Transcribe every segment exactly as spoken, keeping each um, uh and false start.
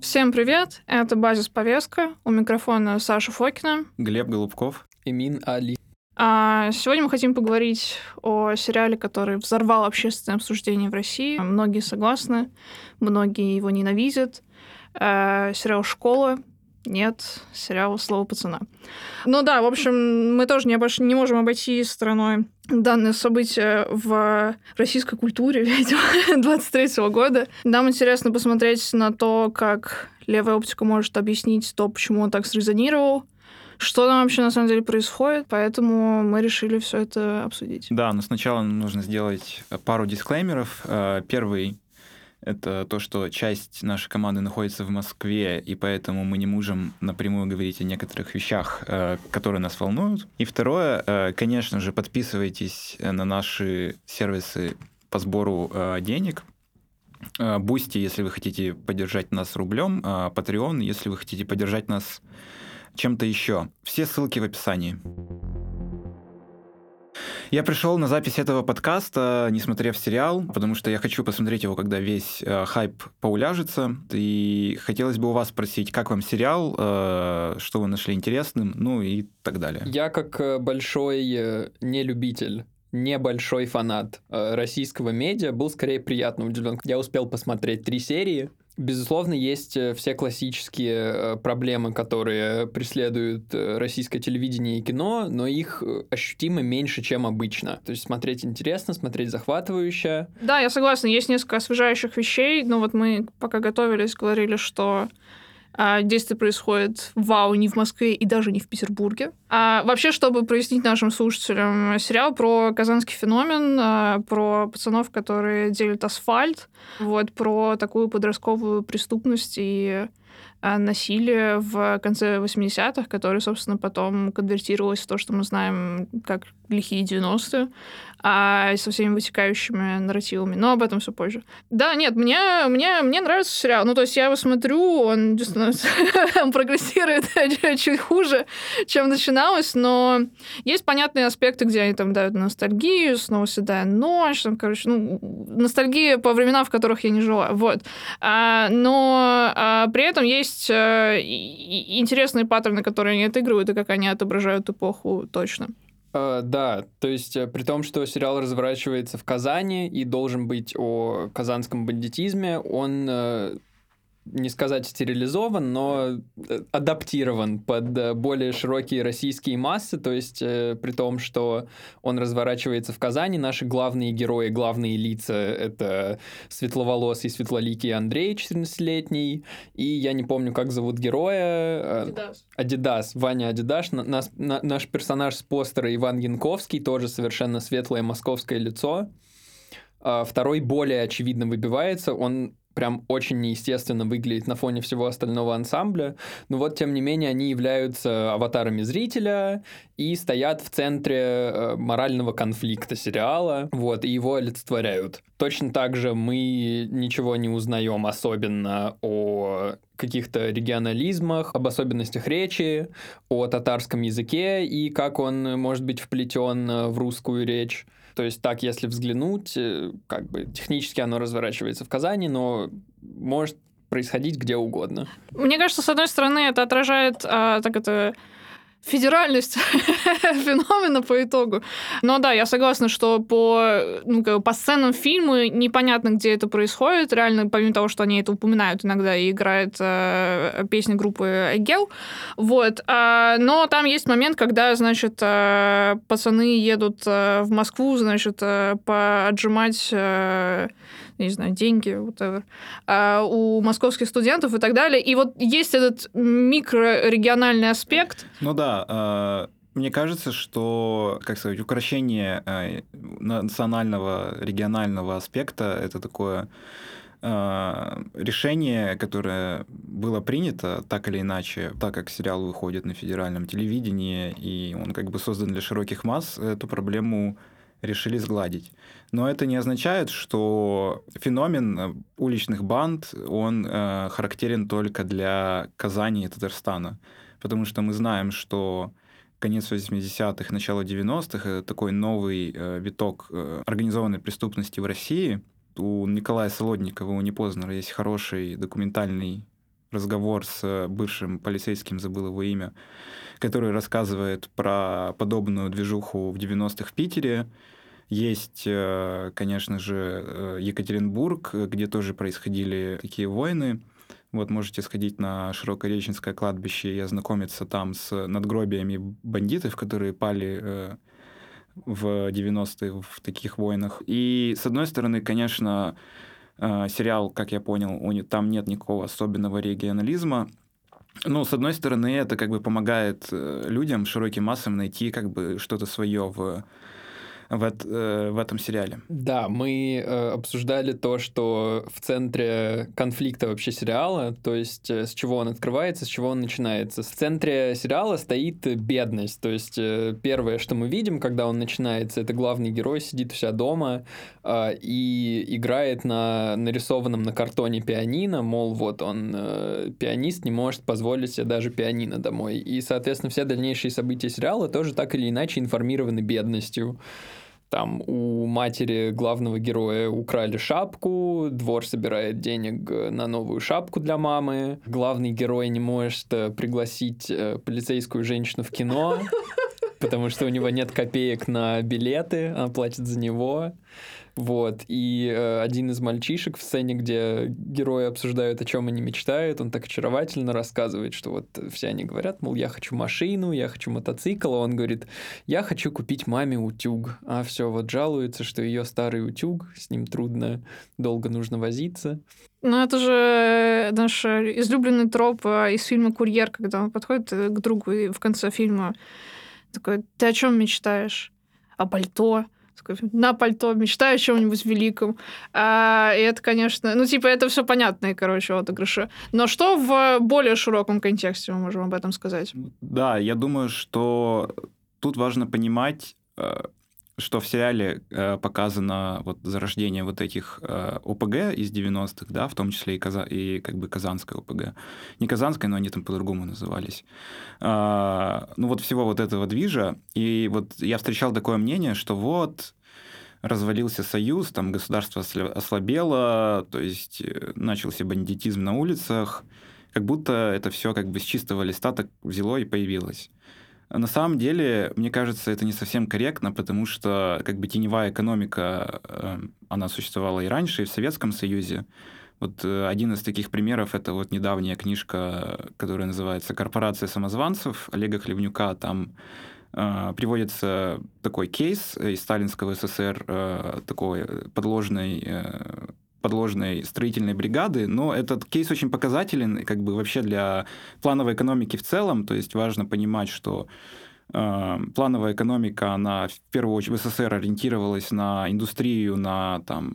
Всем привет, это «Базис Повестка», у микрофона Саша Фокина, Глеб Голубков, Эмин Али. А сегодня мы хотим поговорить о сериале, который взорвал общественное обсуждение в России. Многие согласны, многие его ненавидят. А, сериал «Школа». Нет, сериал «Слово пацана». Ну да, в общем, мы тоже не, обош... не можем обойти стороной данное событие в российской культуре, видимо, двадцать третьего года. Нам интересно посмотреть на то, как левая оптика может объяснить то, почему он так срезонировал, что там вообще на самом деле происходит, поэтому мы решили все это обсудить. Да, но сначала нужно сделать пару дисклеймеров. Первый — это то, что часть нашей команды находится в Москве, и поэтому мы не можем напрямую говорить о некоторых вещах, которые нас волнуют. И второе, конечно же, подписывайтесь на наши сервисы по сбору денег. Boosty, если вы хотите поддержать нас рублем, Patreon, если вы хотите поддержать нас чем-то еще. Все ссылки в описании. Я пришел на запись этого подкаста, не смотрев сериал, потому что я хочу посмотреть его, когда весь э, хайп поуляжется. И хотелось бы у вас спросить, как вам сериал, э, что вы нашли интересным, ну и так далее. Я как большой нелюбитель, небольшой фанат российского медиа был скорее приятно удивлен. Я успел посмотреть три серии. Безусловно, есть все классические проблемы, которые преследуют российское телевидение и кино, но их ощутимо меньше, чем обычно. То есть смотреть интересно, смотреть захватывающе. Да, я согласна, есть несколько освежающих вещей, но вот мы, пока готовились, говорили, что а, действие происходит, вау, не в Москве и даже не в Петербурге. А вообще, чтобы прояснить нашим слушателям, сериал про казанский феномен, а, про пацанов, которые делят асфальт, вот, про такую подростковую преступность и а, насилие в конце восьмидесятых, которое, собственно, потом конвертировалось в то, что мы знаем как лихие девяностые, а со всеми вытекающими нарративами. Но об этом все позже. Да, нет, мне, мне, мне нравится сериал. Ну, то есть я его смотрю, он становится, прогрессирует чуть хуже, чем начиналось, но есть понятные аспекты, где они там дают ностальгию, снова седая ночь, там, короче, ну, ностальгия по временам, в которых я не жила. Вот. А, но а, при этом есть а, и, и интересные паттерны, которые они отыгрывают, и как они отображают эпоху точно. Uh, да, то есть при том, что сериал разворачивается в Казани и должен быть о казанском бандитизме, он, uh, не сказать стерилизован, но адаптирован под более широкие российские массы, то есть uh, при том, что он разворачивается в Казани, наши главные герои, главные лица — это светловолосый, светлоликий Андрей, четырнадцатилетний, и я не помню, как зовут героя. Адидас. Адидас, Ваня Адидас. Нас, на, наш персонаж с постера Иван Янковский, тоже совершенно светлое московское лицо. А второй более очевидно выбивается, он прям очень неестественно выглядит на фоне всего остального ансамбля, но вот, тем не менее, они являются аватарами зрителя и стоят в центре морального конфликта сериала, вот, и его олицетворяют. Точно так же мы ничего не узнаем особенно о каких-то регионализмах, об особенностях речи, о татарском языке и как он может быть вплетен в русскую речь. То есть так, если взглянуть, как бы технически оно разворачивается в Казани, но может происходить где угодно. Мне кажется, с одной стороны, это отражает а, так это федеральность феномена по итогу. Но да, я согласна, что по, ну, как бы по сценам фильма непонятно, где это происходит. Реально, помимо того, что они это упоминают иногда и играет э, песня группы Айгел. Вот. А, но там есть момент, когда, значит, э, пацаны едут э, в Москву, значит, э, поотжимать... Э, не знаю, деньги, whatever, а у московских студентов и так далее. И вот есть этот микрорегиональный аспект. Ну да, мне кажется, что, как сказать, укрощение национального, регионального аспекта — это такое решение, которое было принято так или иначе, так как сериал выходит на федеральном телевидении, и он как бы создан для широких масс, эту проблему решили сгладить. Но это не означает, что феномен уличных банд, он э, характерен только для Казани и Татарстана. Потому что мы знаем, что конец восьмидесятых, начало девяностых — это такой новый э, виток э, организованной преступности в России. У Николая Солодникова, у Непознера есть хороший документальный разговор с бывшим полицейским, забыл его имя, который рассказывает про подобную движуху в девяностых в Питере. Есть, конечно же, Екатеринбург, где тоже происходили такие войны. Вот можете сходить на Широкореченское кладбище и ознакомиться там с надгробиями бандитов, которые пали в девяностые в таких войнах. И, с одной стороны, конечно, сериал, как я понял, там нет никакого особенного регионализма. Ну, с одной стороны, это как бы помогает людям, широким массам найти как бы что-то свое в, в, э, в этом сериале. Да, мы э, обсуждали то, что в центре конфликта вообще сериала, то есть э, с чего он открывается, с чего он начинается. В центре сериала стоит бедность, то есть э, первое, что мы видим, когда он начинается, это главный герой сидит у себя дома э, и играет на нарисованном на картоне пианино, мол, вот он э, пианист, не может позволить себе даже пианино домой. И, соответственно, все дальнейшие события сериала тоже так или иначе информированы бедностью. Там у матери главного героя украли шапку, двор собирает денег на новую шапку для мамы, главный герой не может пригласить полицейскую женщину в кино, потому что у него нет копеек на билеты, она платит за него. Вот, и э, один из мальчишек в сцене, где герои обсуждают, о чем они мечтают, он так очаровательно рассказывает, что вот все они говорят, мол, я хочу машину, я хочу мотоцикл, а он говорит, я хочу купить маме утюг, а все, вот жалуется, что ее старый утюг, с ним трудно, долго нужно возиться. Ну, это же наш излюбленный троп из фильма «Курьер», когда он подходит к другу и в конце фильма такой, ты о чем мечтаешь? О пальто? На пальто, мечтаю о чем-нибудь великом. А, и это, конечно... Ну, типа, это все понятные, короче, отыгрыши. Но что в более широком контексте мы можем об этом сказать? Да, я думаю, что тут важно понимать, что в сериале показано вот зарождение вот этих ОПГ из девяностых, да, в том числе и, Каза... и как бы Казанская ОПГ. Не Казанская, но они там по-другому назывались. Ну, вот всего вот этого движа. И вот я встречал такое мнение, что вот развалился союз, там государство ослабело, то есть начался бандитизм на улицах, как будто это все как бы с чистого листа так взяло и появилось. На самом деле, мне кажется, это не совсем корректно, потому что как бы теневая экономика, она существовала и раньше, и в Советском Союзе. Вот один из таких примеров — это вот недавняя книжка, которая называется «Корпорация самозванцев» Олега Хлевнюка. Там э, приводится такой кейс из сталинского СССР, э, такой подложной... Э, подложной строительной бригады, но этот кейс очень показателен как бы вообще для плановой экономики в целом, то есть важно понимать, что э, плановая экономика, она в первую очередь в СССР ориентировалась на индустрию, на там,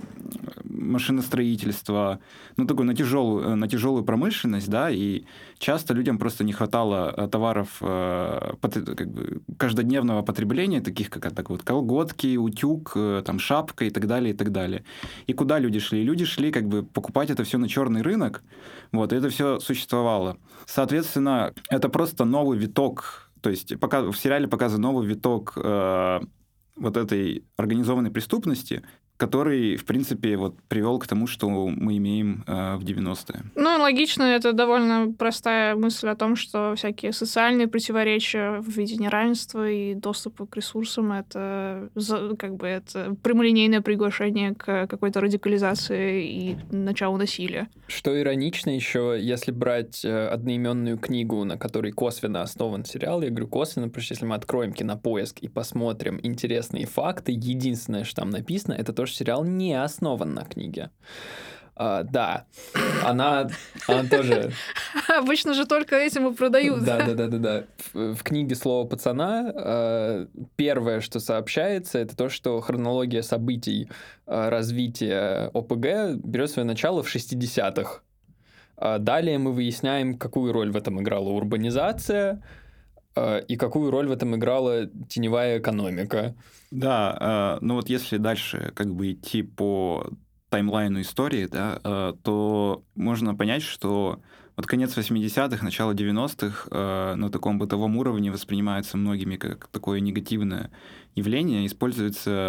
машиностроительство, ну, такую, на тяжелую, на тяжелую промышленность, да, и часто людям просто не хватало товаров э, как бы каждодневного потребления, таких как так вот колготки, утюг, там, шапка и так далее, и так далее. И куда люди шли? Люди шли как бы покупать это все на черный рынок, вот, и это все существовало. Соответственно, это просто новый виток, то есть пока, в сериале показан новый виток э, вот этой организованной преступности, который, в принципе, вот привел к тому, что мы имеем э, в девяностые. Ну, логично, это довольно простая мысль о том, что всякие социальные противоречия в виде неравенства и доступа к ресурсам — это как бы это прямолинейное приглашение к какой-то радикализации и началу насилия. Что иронично еще, если брать одноименную книгу, на которой косвенно основан сериал, я говорю косвенно, потому что если мы откроем Кинопоиск и посмотрим интересные факты, единственное, что там написано, это то, что сериал не основан на книге. А, да, она, она тоже... Обычно же только этим и продают. Да-да-да-да. В, в книге «Слово пацана» э, первое, что сообщается, это то, что хронология событий э, развития ОПГ берет свое начало в шестидесятых. А далее мы выясняем, какую роль в этом играла урбанизация, и какую роль в этом играла теневая экономика. Да, ну вот если дальше как бы идти по таймлайну истории, да, то можно понять, что вот конец восьмидесятых, начало девяностых на таком бытовом уровне воспринимается многими как такое негативное явление, используется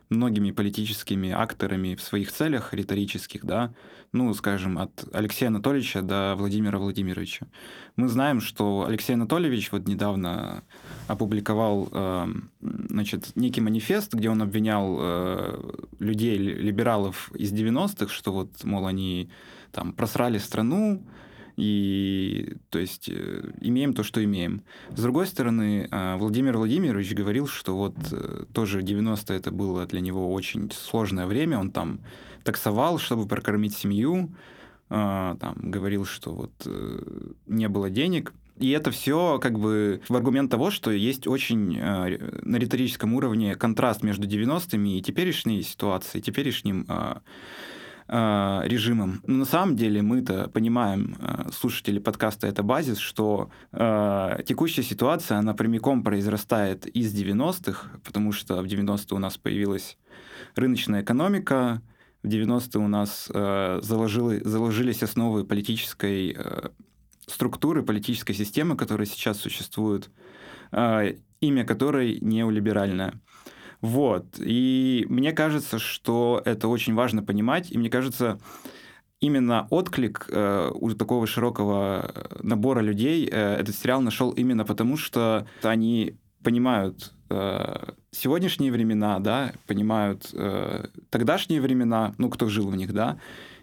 многими политическими акторами в своих целях риторических, да, ну, скажем, от Алексея Анатольевича до Владимира Владимировича. Мы знаем, что Алексей Анатольевич вот недавно опубликовал, э, значит, некий манифест, где он обвинял э, людей, либералов из девяностых, что вот, мол, они там просрали страну, и, то есть, э, имеем то, что имеем. С другой стороны, э, Владимир Владимирович говорил, что вот э, тоже девяностые это было для него очень сложное время, он там таксовал, чтобы прокормить семью, э, там говорил, что вот э, не было денег. И это все как бы в аргумент того, что есть очень э, на риторическом уровне контраст между девяностыми и теперешней ситуацией, теперешним э, э, режимом. Но на самом деле мы-то понимаем, э, слушатели подкаста «Это базис», что э, текущая ситуация, она прямиком произрастает из девяностых, потому что в девяностые у нас появилась рыночная экономика, в девяностые у нас э, заложили, заложились основы политической э, структуры, политической системы, которая сейчас существует, э, имя которой неолиберальное. Вот. И мне кажется, что это очень важно понимать, и мне кажется, именно отклик э, у такого широкого набора людей э, этот сериал нашел именно потому, что они понимают э, сегодняшние времена, да, понимают э, тогдашние времена, ну, кто жил в них, да,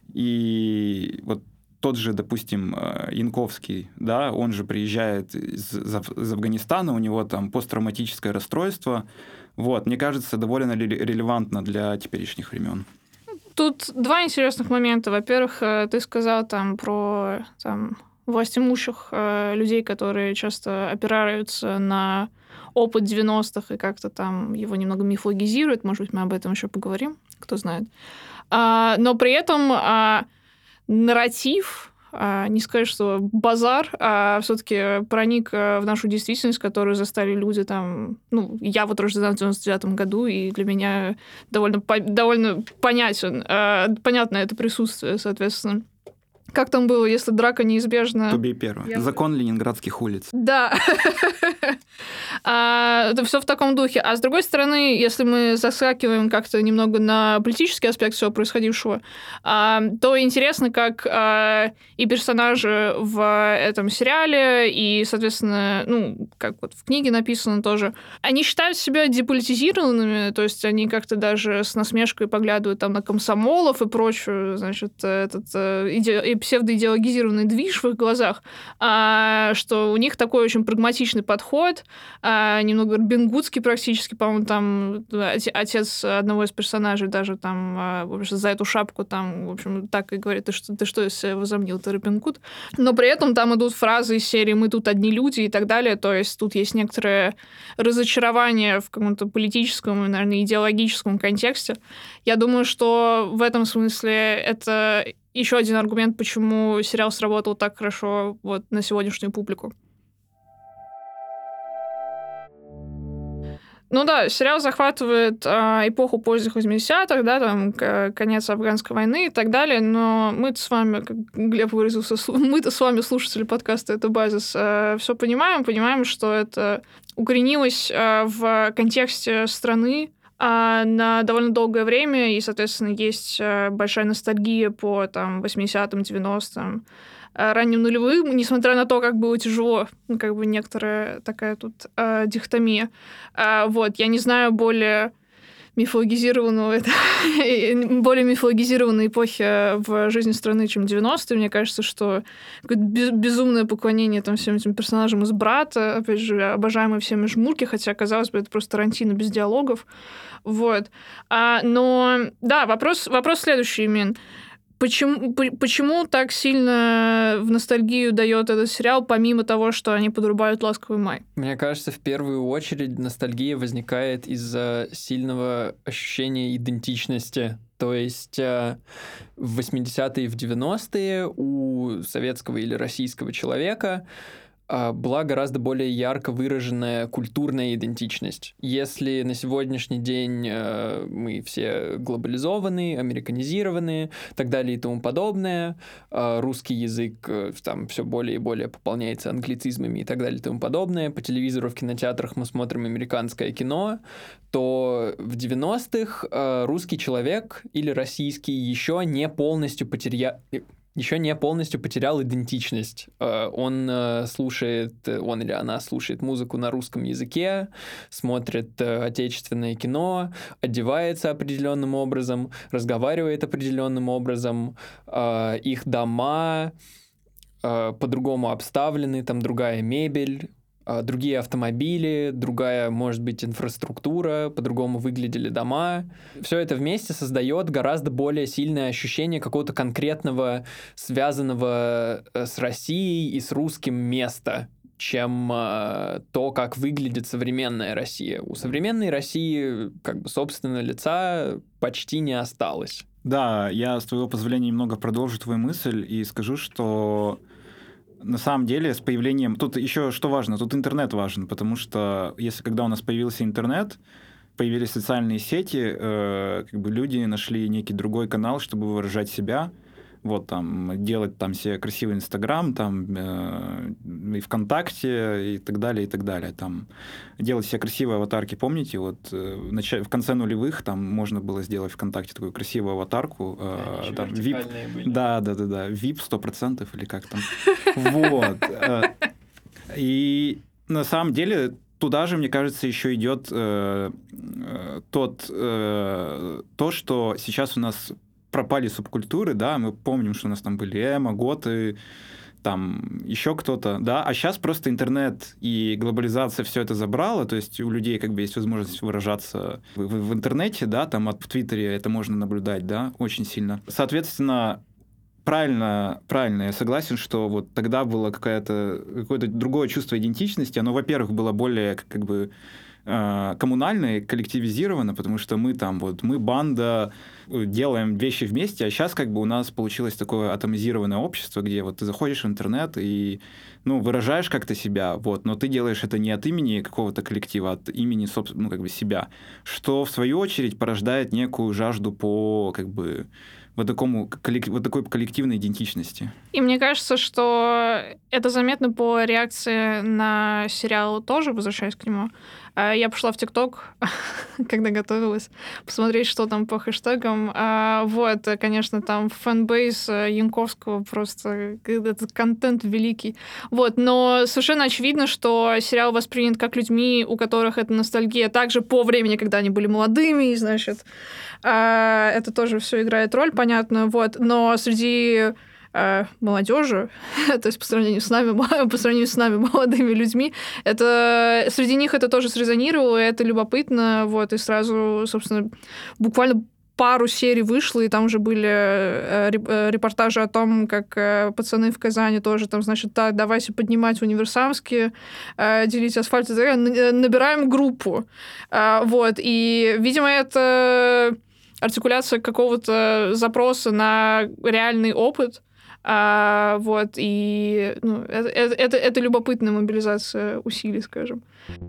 и вот тот же, допустим, Янковский, да, он же приезжает из, из Афганистана, у него там посттравматическое расстройство, вот, мне кажется, довольно релевантно для теперешних времен. Тут два интересных момента. Во-первых, ты сказал там про там, властимущих э, людей, которые часто опираются на опыт девяностых и как-то там его немного мифологизируют. Может быть, мы об этом еще поговорим, кто знает. А, но при этом а, нарратив, а, не сказать, что базар, а все-таки проник в нашу действительность, которую застали люди там... Ну, я вот рождена в девяносто девятом году, и для меня довольно, довольно понятен, а, понятно это присутствие, соответственно. Как там было, если драка неизбежна? Тубей первый. Я... Закон ленинградских улиц. Да. Это все в таком духе. А с другой стороны, если мы заскакиваем как-то немного на политический аспект всего происходившего, то интересно, как и персонажи в этом сериале, и, соответственно, ну, как вот в книге написано тоже, они считают себя деполитизированными, то есть они как-то даже с насмешкой поглядывают там на комсомолов и прочую, значит, этот иде... псевдоидеологизированный движ в их глазах, а, что у них такой очень прагматичный подход, а, немного робингудский практически, по-моему, там отец одного из персонажей даже там, а, в общем, за эту шапку там, в общем, так и говорит, ты что, ты что из себя возомнил, ты Робин Гуд? Но при этом там идут фразы из серии «мы тут одни люди» и так далее, то есть тут есть некоторое разочарование в каком-то политическом и, наверное, идеологическом контексте. Я думаю, что в этом смысле это еще один аргумент, почему сериал сработал так хорошо вот на сегодняшнюю публику. Ну да, сериал захватывает э, эпоху поздних восьмидесятых, да, там, к- конец афганской войны и так далее, но мы-то с вами, как Глеб выразился, мы-то с вами, слушатели подкаста «Это базис», э, все понимаем, понимаем, что это укоренилось э, в контексте страны, на довольно долгое время, и, соответственно, есть большая ностальгия по там, восьмидесятым, девяностым, ранним нулевым, несмотря на то, как было тяжело, ну, как бы некоторая такая тут э, дихотомия. Э, вот, я не знаю более мифологизированного, более мифологизированной эпохи в жизни страны, чем девяностые. Мне кажется, что какое-то безумное поклонение там всем этим персонажам из «Брата», опять же, обожаемые всеми жмурки, хотя, казалось бы, это просто Тарантино без диалогов. Вот. А, но, да, вопрос, вопрос следующий, Мин. Почему, почему так сильно в ностальгию дает этот сериал, помимо того, что они подрубают «Ласковый май»? Мне кажется, в первую очередь ностальгия возникает из-за сильного ощущения идентичности. То есть в восьмидесятые и в девяностые у советского или российского человека была гораздо более ярко выраженная культурная идентичность. Если на сегодняшний день мы все глобализованы, американизированы, так далее и тому подобное, русский язык там все более и более пополняется англицизмами и так далее и тому подобное, по телевизору, в кинотеатрах мы смотрим американское кино, то в девяностых русский человек или российский еще не полностью потерял... еще не полностью потерял идентичность. Он слушает, он или она слушает музыку на русском языке, смотрит отечественное кино, одевается определенным образом, разговаривает определенным образом, их дома по-другому обставлены, там другая мебель, другие автомобили, другая, может быть, инфраструктура, по-другому выглядели дома. Все это вместе создает гораздо более сильное ощущение какого-то конкретного, связанного с Россией и с русским места, чем э, то, как выглядит современная Россия. У современной России, как бы, собственно, лица почти не осталось. Да, я, с твоего позволения, немного продолжу твою мысль и скажу, что на самом деле с появлением... Тут еще что важно, тут интернет важен, потому что если когда у нас появился интернет, появились социальные сети, э, как бы люди нашли некий другой канал, чтобы выражать себя, вот там, делать там себе красивый Инстаграм, там, э, и ВКонтакте, и так далее, и так далее. Там, делать себе красивые аватарки, помните, вот э, в, нач... в конце нулевых там можно было сделать ВКонтакте такую красивую аватарку. Э, Они там, еще ви ай пи... были. Да, да, да, да, ви ай пи сто процентов или как там. Вот. И на самом деле... Туда же, мне кажется, еще идет э, э, тот, э, то, что сейчас у нас пропали субкультуры, да, мы помним, что у нас там были эмо, готы, там еще кто-то, да, а сейчас просто интернет и глобализация все это забрала, то есть у людей как бы есть возможность выражаться в, в, в интернете, да, там от, в Твиттере это можно наблюдать, да, очень сильно. Соответственно, Правильно, правильно, я согласен, что вот тогда было какое-то, какое-то другое чувство идентичности. Оно, во-первых, было более как бы э, коммунальное, коллективизировано, потому что мы там вот, мы банда, делаем вещи вместе, а сейчас как бы у нас получилось такое атомизированное общество, где вот ты заходишь в интернет и, ну, выражаешь как-то себя, вот, но ты делаешь это не от имени какого-то коллектива, а от имени, собственно, ну, как бы себя, что в свою очередь порождает некую жажду по, как бы, вот, такому, вот такой коллективной идентичности. И мне кажется, что это заметно по реакции на сериал тоже, возвращаясь к нему. Я пошла в ТикТок, когда готовилась, посмотреть, что там по хэштегам. Вот, конечно, там фэнбейс Янковского просто, этот контент великий. Вот, но совершенно очевидно, что сериал воспринят как людьми, у которых эта ностальгия также по времени, когда они были молодыми, и, значит, это тоже все играет роль, понятно, вот. Но среди молодежи, то есть по сравнению с нами, по сравнению с нами, молодыми людьми, это среди них это тоже срезонировало, и это любопытно, вот, и сразу, собственно, буквально пару серий вышло, и там уже были репортажи о том, как пацаны в Казани тоже там, значит, так, давайте поднимать универсамские, делить асфальт, набираем группу, вот, и, видимо, это артикуляция какого-то запроса на реальный опыт. А, вот, и ну, это, это, это любопытная мобилизация усилий, скажем.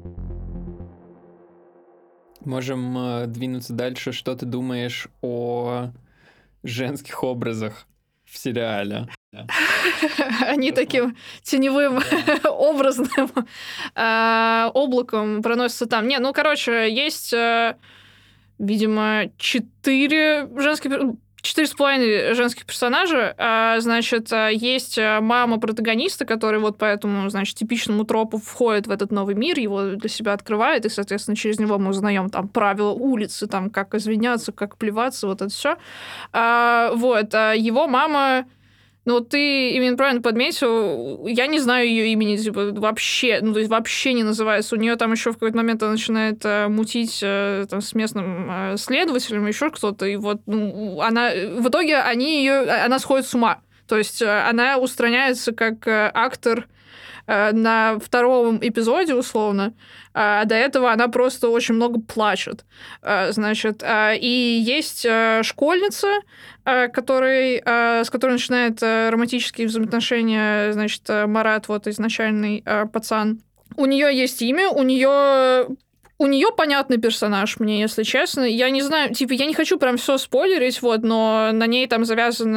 Можем э, двинуться дальше. Что ты думаешь о женских образах в сериале? Они таким теневым образным облаком проносятся там. Не, ну, короче, есть, видимо, четыре женских... Четыре с половиной женских персонажа. А, значит, есть мама протагониста, который вот по этому, значит, типичному тропу входит в этот новый мир, его для себя открывает, и, соответственно, через него мы узнаем там правила улицы, там, как извиняться, как плеваться, вот это все. А, вот. А его мама... Ну, ты именно правильно подметил, я не знаю ее имени, типа, вообще, ну, то есть вообще не называется. У нее там еще в какой-то момент она начинает э, мутить э, там, с местным э, следователем, еще кто-то, и вот ну, она, в итоге они ее, она сходит с ума. То есть она устраняется как актор э, на втором эпизоде, условно, а до этого она просто очень много плачет. Э, значит, э, и есть э, школьница, э, который, э, с которой начинает э, романтические взаимоотношения, значит, э, Марат, вот изначальный э, пацан. У нее есть имя, у нее... У нее понятный персонаж, мне, если честно. Я не знаю, типа, я не хочу прям все спойлерить, вот, но на ней там завязан,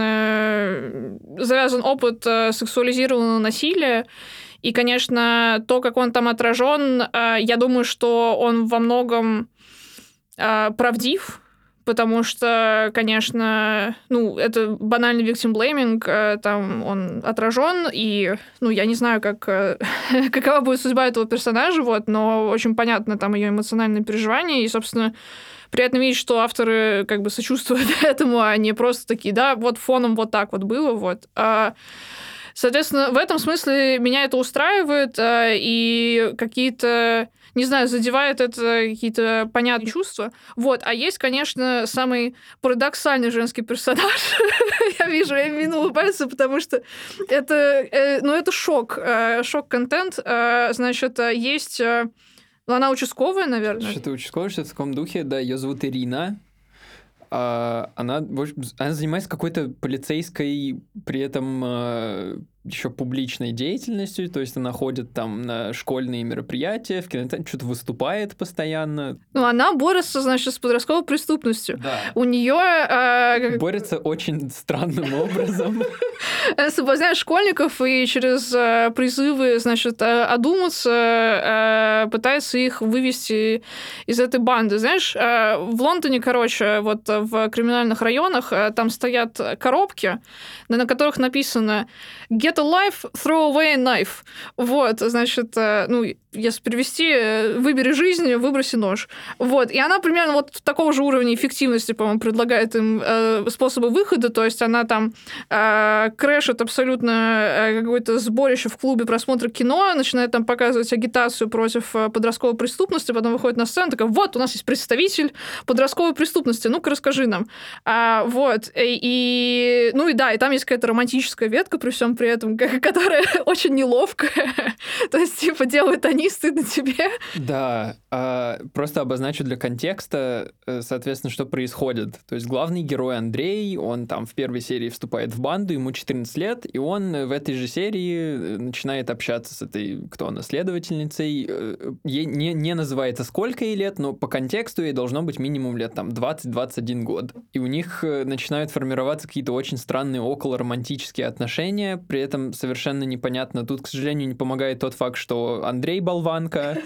завязан опыт сексуализированного насилия. И, конечно, то, как он там отражен, я думаю, что он во многом правдив, потому что, конечно, ну, это банальный victim-blaming, там он отражен, и, ну, я не знаю, как, какова будет судьба этого персонажа, вот, но очень понятно там ее эмоциональное переживание, и, собственно, приятно видеть, что авторы как бы сочувствуют этому, а не просто такие, да, вот фоном вот так вот было, вот. Соответственно, в этом смысле меня это устраивает, и какие-то, не знаю, задевает это какие-то понятные чувства. Вот. А есть, конечно, самый парадоксальный женский персонаж. Я вижу, я именно улыбаюсь, потому что это, ну, это шок. Шок-контент. Значит, есть... Она участковая, наверное. Что-то участковая, что-то в таком духе. Да, ее зовут Ирина. Uh, она, она занимается какой-то полицейской, при этом uh, еще публичной деятельностью, то есть она ходит там на школьные мероприятия, в кинотеатре, что-то выступает постоянно. Ну, она борется, значит, с подростковой преступностью. Да. У нее... Э, борется очень странным образом. Соблазняет школьников и через э, призывы, значит, э, одуматься, э, пытается их вывести из этой банды. Знаешь, э, в Лондоне, короче, вот в криминальных районах э, там стоят коробки, на которых написано «Get a life, throw away a knife». Вот, значит, э, ну, если перевести, э, «Выбери жизнь, выброси нож». Вот, и она примерно вот такого же уровня эффективности, по-моему, предлагает им э, способы выхода, то есть она там э, крэшит абсолютно э, какое-то сборище в клубе просмотра кино, начинает там показывать агитацию против подростковой преступности, потом выходит на сцену, такая, вот, у нас есть представитель подростковой преступности, ну-ка расскажи нам. А, вот, и, и, ну и да, и там есть какая-то романтическая ветка при всем при этом, которая очень неловкая, то есть, типа, делают они, стыдно тебе. Да, а, просто обозначу для контекста, соответственно, что происходит. То есть главный герой Андрей, он там в первой серии вступает в банду, ему четырнадцать лет, и он в этой же серии начинает общаться с этой, кто она, следовательницей. Ей не, не называется, сколько ей лет, но по контексту ей должно быть минимум лет там двадцать-двадцать один год. И у них начинают формироваться какие-то очень странные околоромантические отношения, при этом совершенно непонятно. Тут, к сожалению, не помогает тот факт, что Андрей болванка,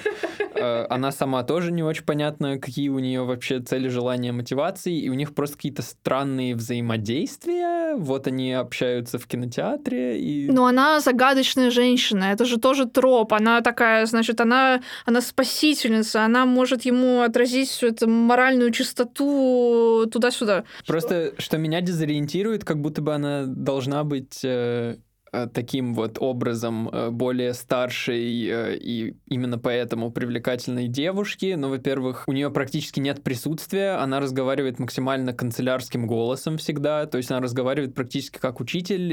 она сама тоже не очень понятно, какие у нее вообще цели, желания, мотивации, и у них просто какие-то странные взаимодействия. Вот они общаются в кинотеатре. И... Но она загадочная женщина, это же тоже троп. Она такая, значит, она, она спасительница, она может ему отразить всю эту моральную чистоту туда-сюда. Просто, что, что меня дезориентирует, как будто бы она должна быть... Э... таким вот образом более старшей и именно поэтому привлекательной девушки. Но, во-первых, у нее практически нет присутствия, она разговаривает максимально канцелярским голосом всегда, то есть она разговаривает практически как учитель,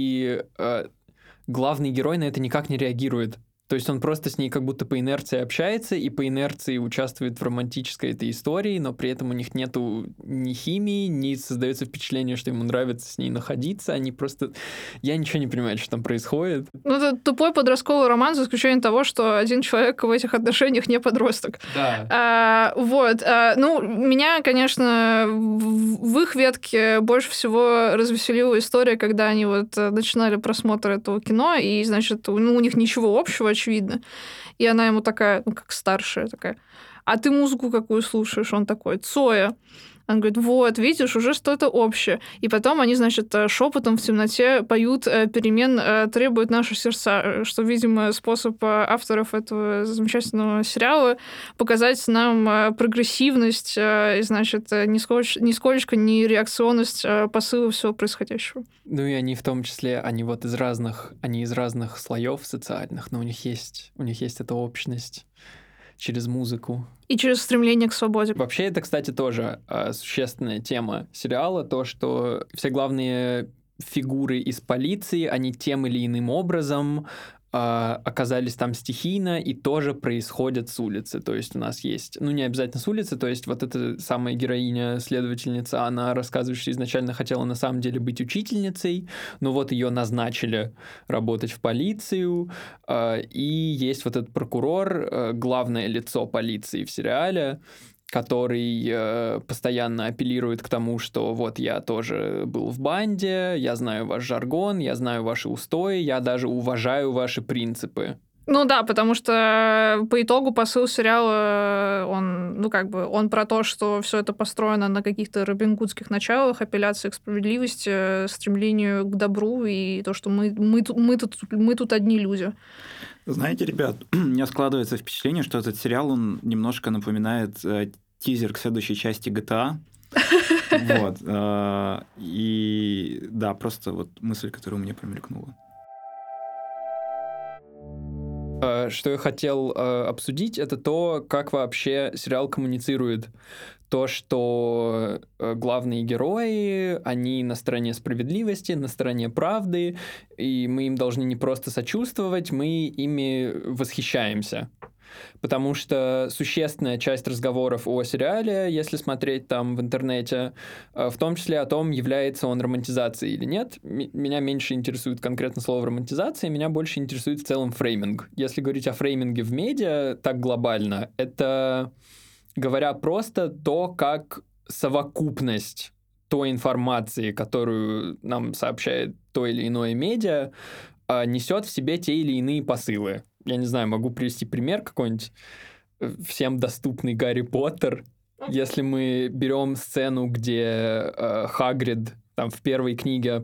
и э, главный герой на это никак не реагирует. То есть он просто с ней как будто по инерции общается и по инерции участвует в романтической этой истории, но при этом у них нету ни химии, ни создается впечатление, что ему нравится с ней находиться. Они просто... Я ничего не понимаю, что там происходит. Ну, это тупой подростковый роман, за исключением того, что один человек в этих отношениях не подросток. Да. А, вот. А, ну, меня, конечно, в, в их ветке больше всего развеселила история, когда они вот начинали просмотр этого кино, и, значит, ну, у них ничего общего, очевидно. И она ему такая, ну, как старшая, такая, а ты музыку какую слушаешь? Он такой, Цоя. Он говорит, вот, видишь, уже что-то общее. И потом они, значит, шепотом в темноте поют «Перемен требуют наши сердца», что, видимо, способ авторов этого замечательного сериала показать нам прогрессивность и, значит, нисколько, нисколько не реакционность посыла всего происходящего. Ну и они в том числе, они вот из разных, они из разных слоев социальных, но у них есть, у них есть эта общность через музыку. И через стремление к свободе. Вообще, это, кстати, тоже э, существенная тема сериала, то, что все главные фигуры из полиции, они тем или иным образом а, оказались там стихийно и тоже происходят с улицы. То есть у нас есть, ну не обязательно с улицы, то есть вот эта самая героиня, следовательница, она рассказывает, что изначально хотела на самом деле быть учительницей, но вот ее назначили работать в полицию, а, и есть вот этот прокурор, а, главное лицо полиции в сериале, который э, постоянно апеллирует к тому, что вот я тоже был в банде, я знаю ваш жаргон, я знаю ваши устои, я даже уважаю ваши принципы. Ну да, потому что по итогу посыл сериала, он, ну как бы, он про то, что все это построено на каких-то робингудских началах, апелляции к справедливости, стремлению к добру и то, что мы, мы, тут, мы, тут, мы тут одни люди. Знаете, ребят, у меня складывается впечатление, что этот сериал, он немножко напоминает э, тизер к следующей части джи ти эй. Вот. Э, и да, просто вот мысль, которая у меня промелькнула. Что я хотел э, обсудить, это то, как вообще сериал коммуницирует. То, что э, главные герои, они на стороне справедливости, на стороне правды, и мы им должны не просто сочувствовать, мы ими восхищаемся. Потому что существенная часть разговоров о сериале, если смотреть там в интернете, в том числе о том, является он романтизацией или нет. М- меня меньше интересует конкретно слово романтизация, меня больше интересует в целом фрейминг. Если говорить о фрейминге в медиа так глобально, это, говоря просто, то, как совокупность той информации, которую нам сообщает то или иное медиа, несет в себе те или иные посылы. Я не знаю, могу привести пример какой-нибудь всем доступный Гарри Поттер. Если мы берем сцену, где э, Хагрид там в первой книге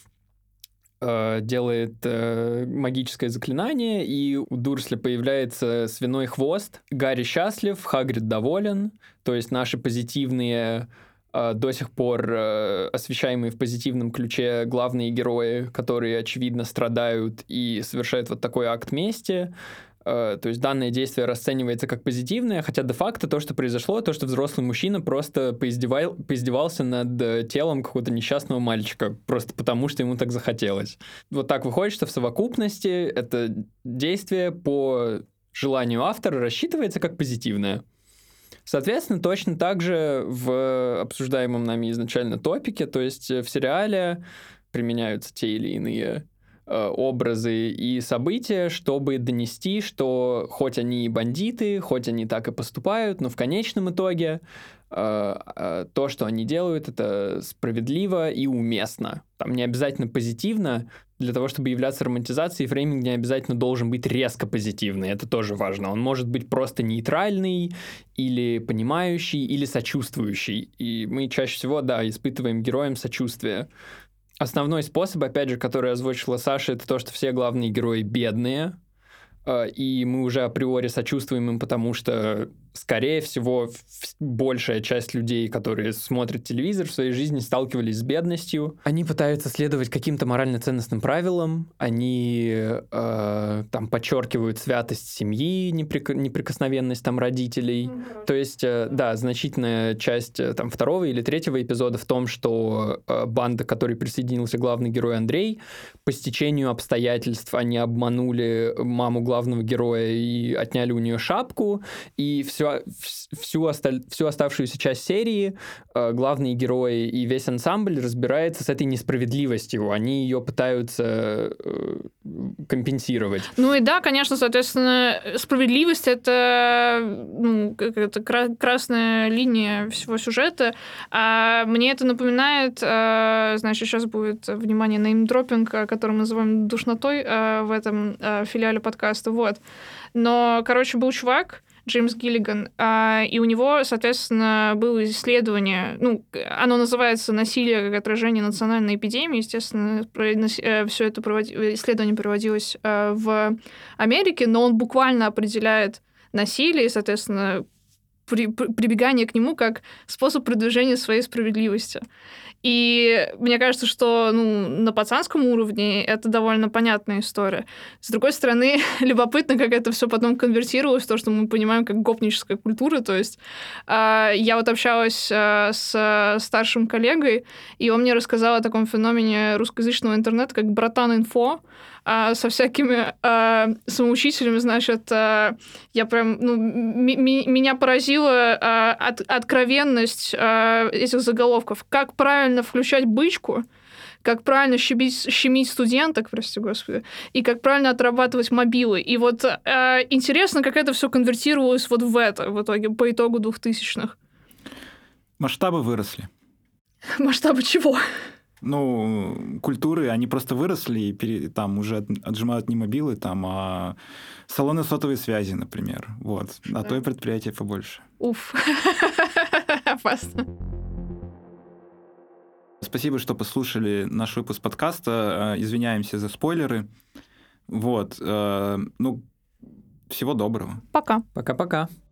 э, делает э, магическое заклинание, и у Дурсли появляется свиной хвост. Гарри счастлив, Хагрид доволен. То есть наши позитивные, э, до сих пор э, освещаемые в позитивном ключе главные герои, которые, очевидно, страдают и совершают вот такой акт мести. То есть данное действие расценивается как позитивное, хотя де-факто то, что произошло, то, что взрослый мужчина просто поиздевал, поиздевался над телом какого-то несчастного мальчика, просто потому, что ему так захотелось. Вот так выходит, что в совокупности это действие по желанию автора рассчитывается как позитивное. Соответственно, точно так же в обсуждаемом нами изначально топике, то есть в сериале применяются те или иные образы и события, чтобы донести, что хоть они и бандиты, хоть они так и поступают, но в конечном итоге э, то, что они делают, это справедливо и уместно. Там не обязательно позитивно. Для того, чтобы являться романтизацией, фрейминг не обязательно должен быть резко позитивный. Это тоже важно. Он может быть просто нейтральный, или понимающий, или сочувствующий. И мы чаще всего, да, испытываем героям сочувствие. Основной способ, опять же, который озвучила Саша, это то, что все главные герои бедные, и мы уже априори сочувствуем им, потому что, скорее всего, большая часть людей, которые смотрят телевизор, в своей жизни сталкивались с бедностью. Они пытаются следовать каким-то морально-ценностным правилам, они э, там подчеркивают святость семьи, неприк... неприкосновенность там родителей. Mm-hmm. То есть, э, да, значительная часть э, там второго или третьего эпизода в том, что э, банда, к которой присоединился главный герой Андрей, по стечению обстоятельств они обманули маму главного героя и отняли у нее шапку, и все, всю, осталь, всю оставшуюся часть серии э, главные герои и весь ансамбль разбирается с этой несправедливостью. Они ее пытаются э, компенсировать. Ну и да, конечно, соответственно, справедливость — это, ну, это красная линия всего сюжета. А мне это напоминает, э, значит, сейчас будет, внимание, неймдропинг, который мы называем душнотой э, в этом э, филиале подкаста. Вот. Но, короче, был чувак, Джеймс Гиллиган, и у него, соответственно, было исследование, ну, оно называется «Насилие как отражение национальной эпидемии». Естественно, все это провод... исследование проводилось в Америке, но он буквально определяет насилие и, соответственно, при... прибегание к нему как способ продвижения своей справедливости. И мне кажется, что, ну, на пацанском уровне это довольно понятная история. С другой стороны, любопытно, как это все потом конвертировалось в то, что мы понимаем как гопническая культура. То есть э, я вот общалась э, с старшим коллегой, и он мне рассказал о таком феномене русскоязычного интернета, как братан-инфо. а, со всякими а, самоучителями, значит, а, я прям, ну, м- м- меня поразила а, от- откровенность а, этих заголовков. Как правильно включать бычку, как правильно щемить, щемить студенток, прости господи, и как правильно отрабатывать мобилы. И вот э, интересно, как это все конвертировалось вот в это, в итоге, по итогу двухтысячных. Масштабы выросли. Масштабы чего? Ну, культуры, они просто выросли, и пере- там уже от- отжимают не мобилы, там, а салоны сотовой связи, например. Вот. А то и предприятия побольше. Уф. Опасно. Спасибо, что послушали наш выпуск подкаста. Э, Извиняемся за спойлеры. Вот. э, Ну, всего доброго. Пока. Пока-пока.